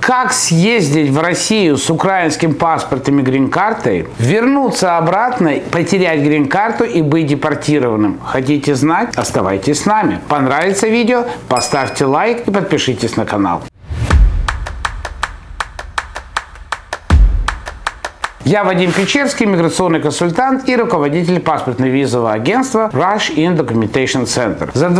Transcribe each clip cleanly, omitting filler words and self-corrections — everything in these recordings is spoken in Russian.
Как съездить в Россию с украинским паспортом и грин-картой, вернуться обратно, потерять грин-карту и быть депортированным? Хотите знать? Оставайтесь с нами. Понравится видео? Поставьте лайк и подпишитесь на канал. Я Вадим Печерский, миграционный консультант и руководитель паспортно-визового агентства Rush In Documentation Center. За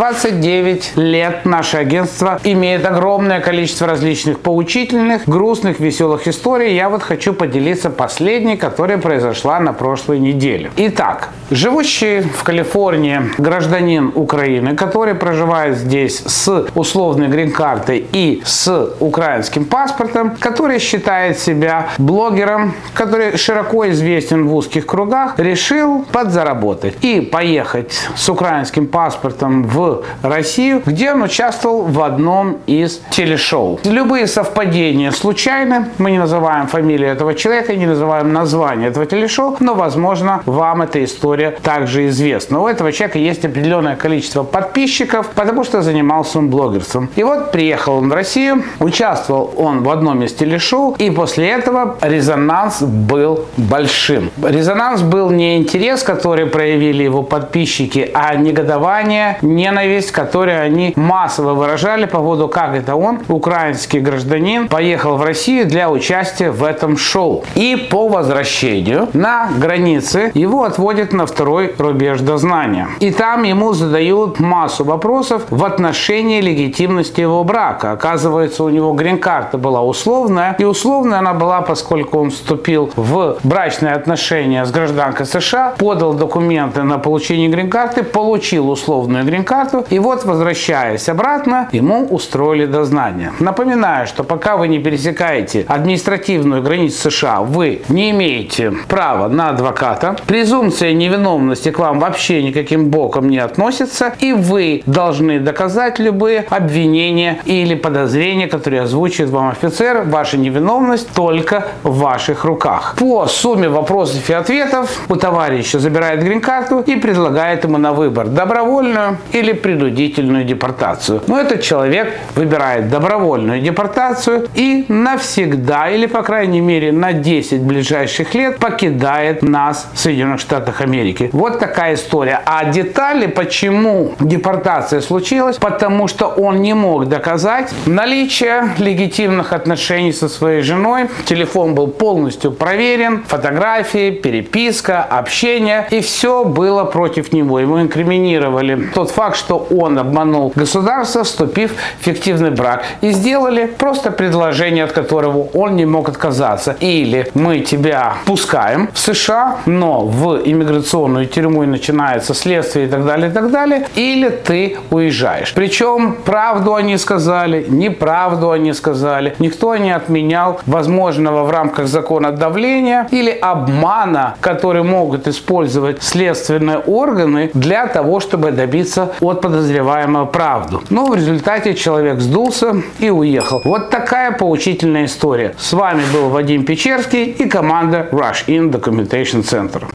29 лет наше агентство имеет огромное количество различных поучительных, грустных, веселых историй. Я вот хочу поделиться последней, которая произошла на прошлой неделе. Итак, живущий в Калифорнии гражданин Украины, который проживает здесь с условной грин-картой и с украинским паспортом, который считает себя блогером, который широко известен в узких кругах, решил подзаработать и поехать с украинским паспортом в Россию, где он участвовал в одном из телешоу. Любые совпадения случайны, мы не называем фамилию этого человека, не называем название этого телешоу, но, возможно, вам эта история также известна. У этого человека есть определенное количество подписчиков, потому что занимался он блогерством. И вот приехал он в Россию, участвовал он в одном из телешоу, и после этого резонанс был большим. Резонанс был не интерес, который проявили его подписчики, а негодование, ненависть, которую они массово выражали по поводу, как это он, украинский гражданин, поехал в Россию для участия в этом шоу. И по возвращению на границе его отводят на второй рубеж дознания. И там ему задают массу вопросов в отношении легитимности его брака. Оказывается, у него грин-карта была условная, и условная она была, поскольку он вступил в брачные отношения с гражданкой США, подал документы на получение грин-карты, получил условную грин-карту, и вот, возвращаясь обратно, ему устроили дознание. Напоминаю, что пока вы не пересекаете административную границу США, вы не имеете права на адвоката, презумпция невиновности к вам вообще никаким боком не относится, и вы должны доказать любые обвинения или подозрения, которые озвучивает вам офицер. Ваша невиновность только в ваших руках. По сумме вопросов и ответов у товарища забирает грин-карту и предлагает ему на выбор добровольную или принудительную депортацию. Но этот человек выбирает добровольную депортацию и навсегда, или по крайней мере на 10 ближайших лет, покидает нас в Соединенных Штатах Америки. Вот такая история. А детали, почему депортация случилась, потому что он не мог доказать наличие легитимных отношений со своей женой. Телефон был полностью проверен, фотографии, переписка, общение, и все было против него. Ему инкриминировали тот факт, что он обманул государство, вступив в фиктивный брак, и сделали просто предложение, от которого он не мог отказаться. Или мы тебя пускаем в США, но в иммиграционную тюрьму и начинается следствие и так далее, или ты уезжаешь. Причем правду они сказали, неправду они сказали. Никто не отменял возможного в рамках закона давления или обмана, которые могут использовать следственные органы для того, чтобы добиться от подозреваемого правду. Но в результате человек сдулся и уехал. Вот такая поучительная история. С вами был Вадим Печерский и команда Rush In Documentation Center.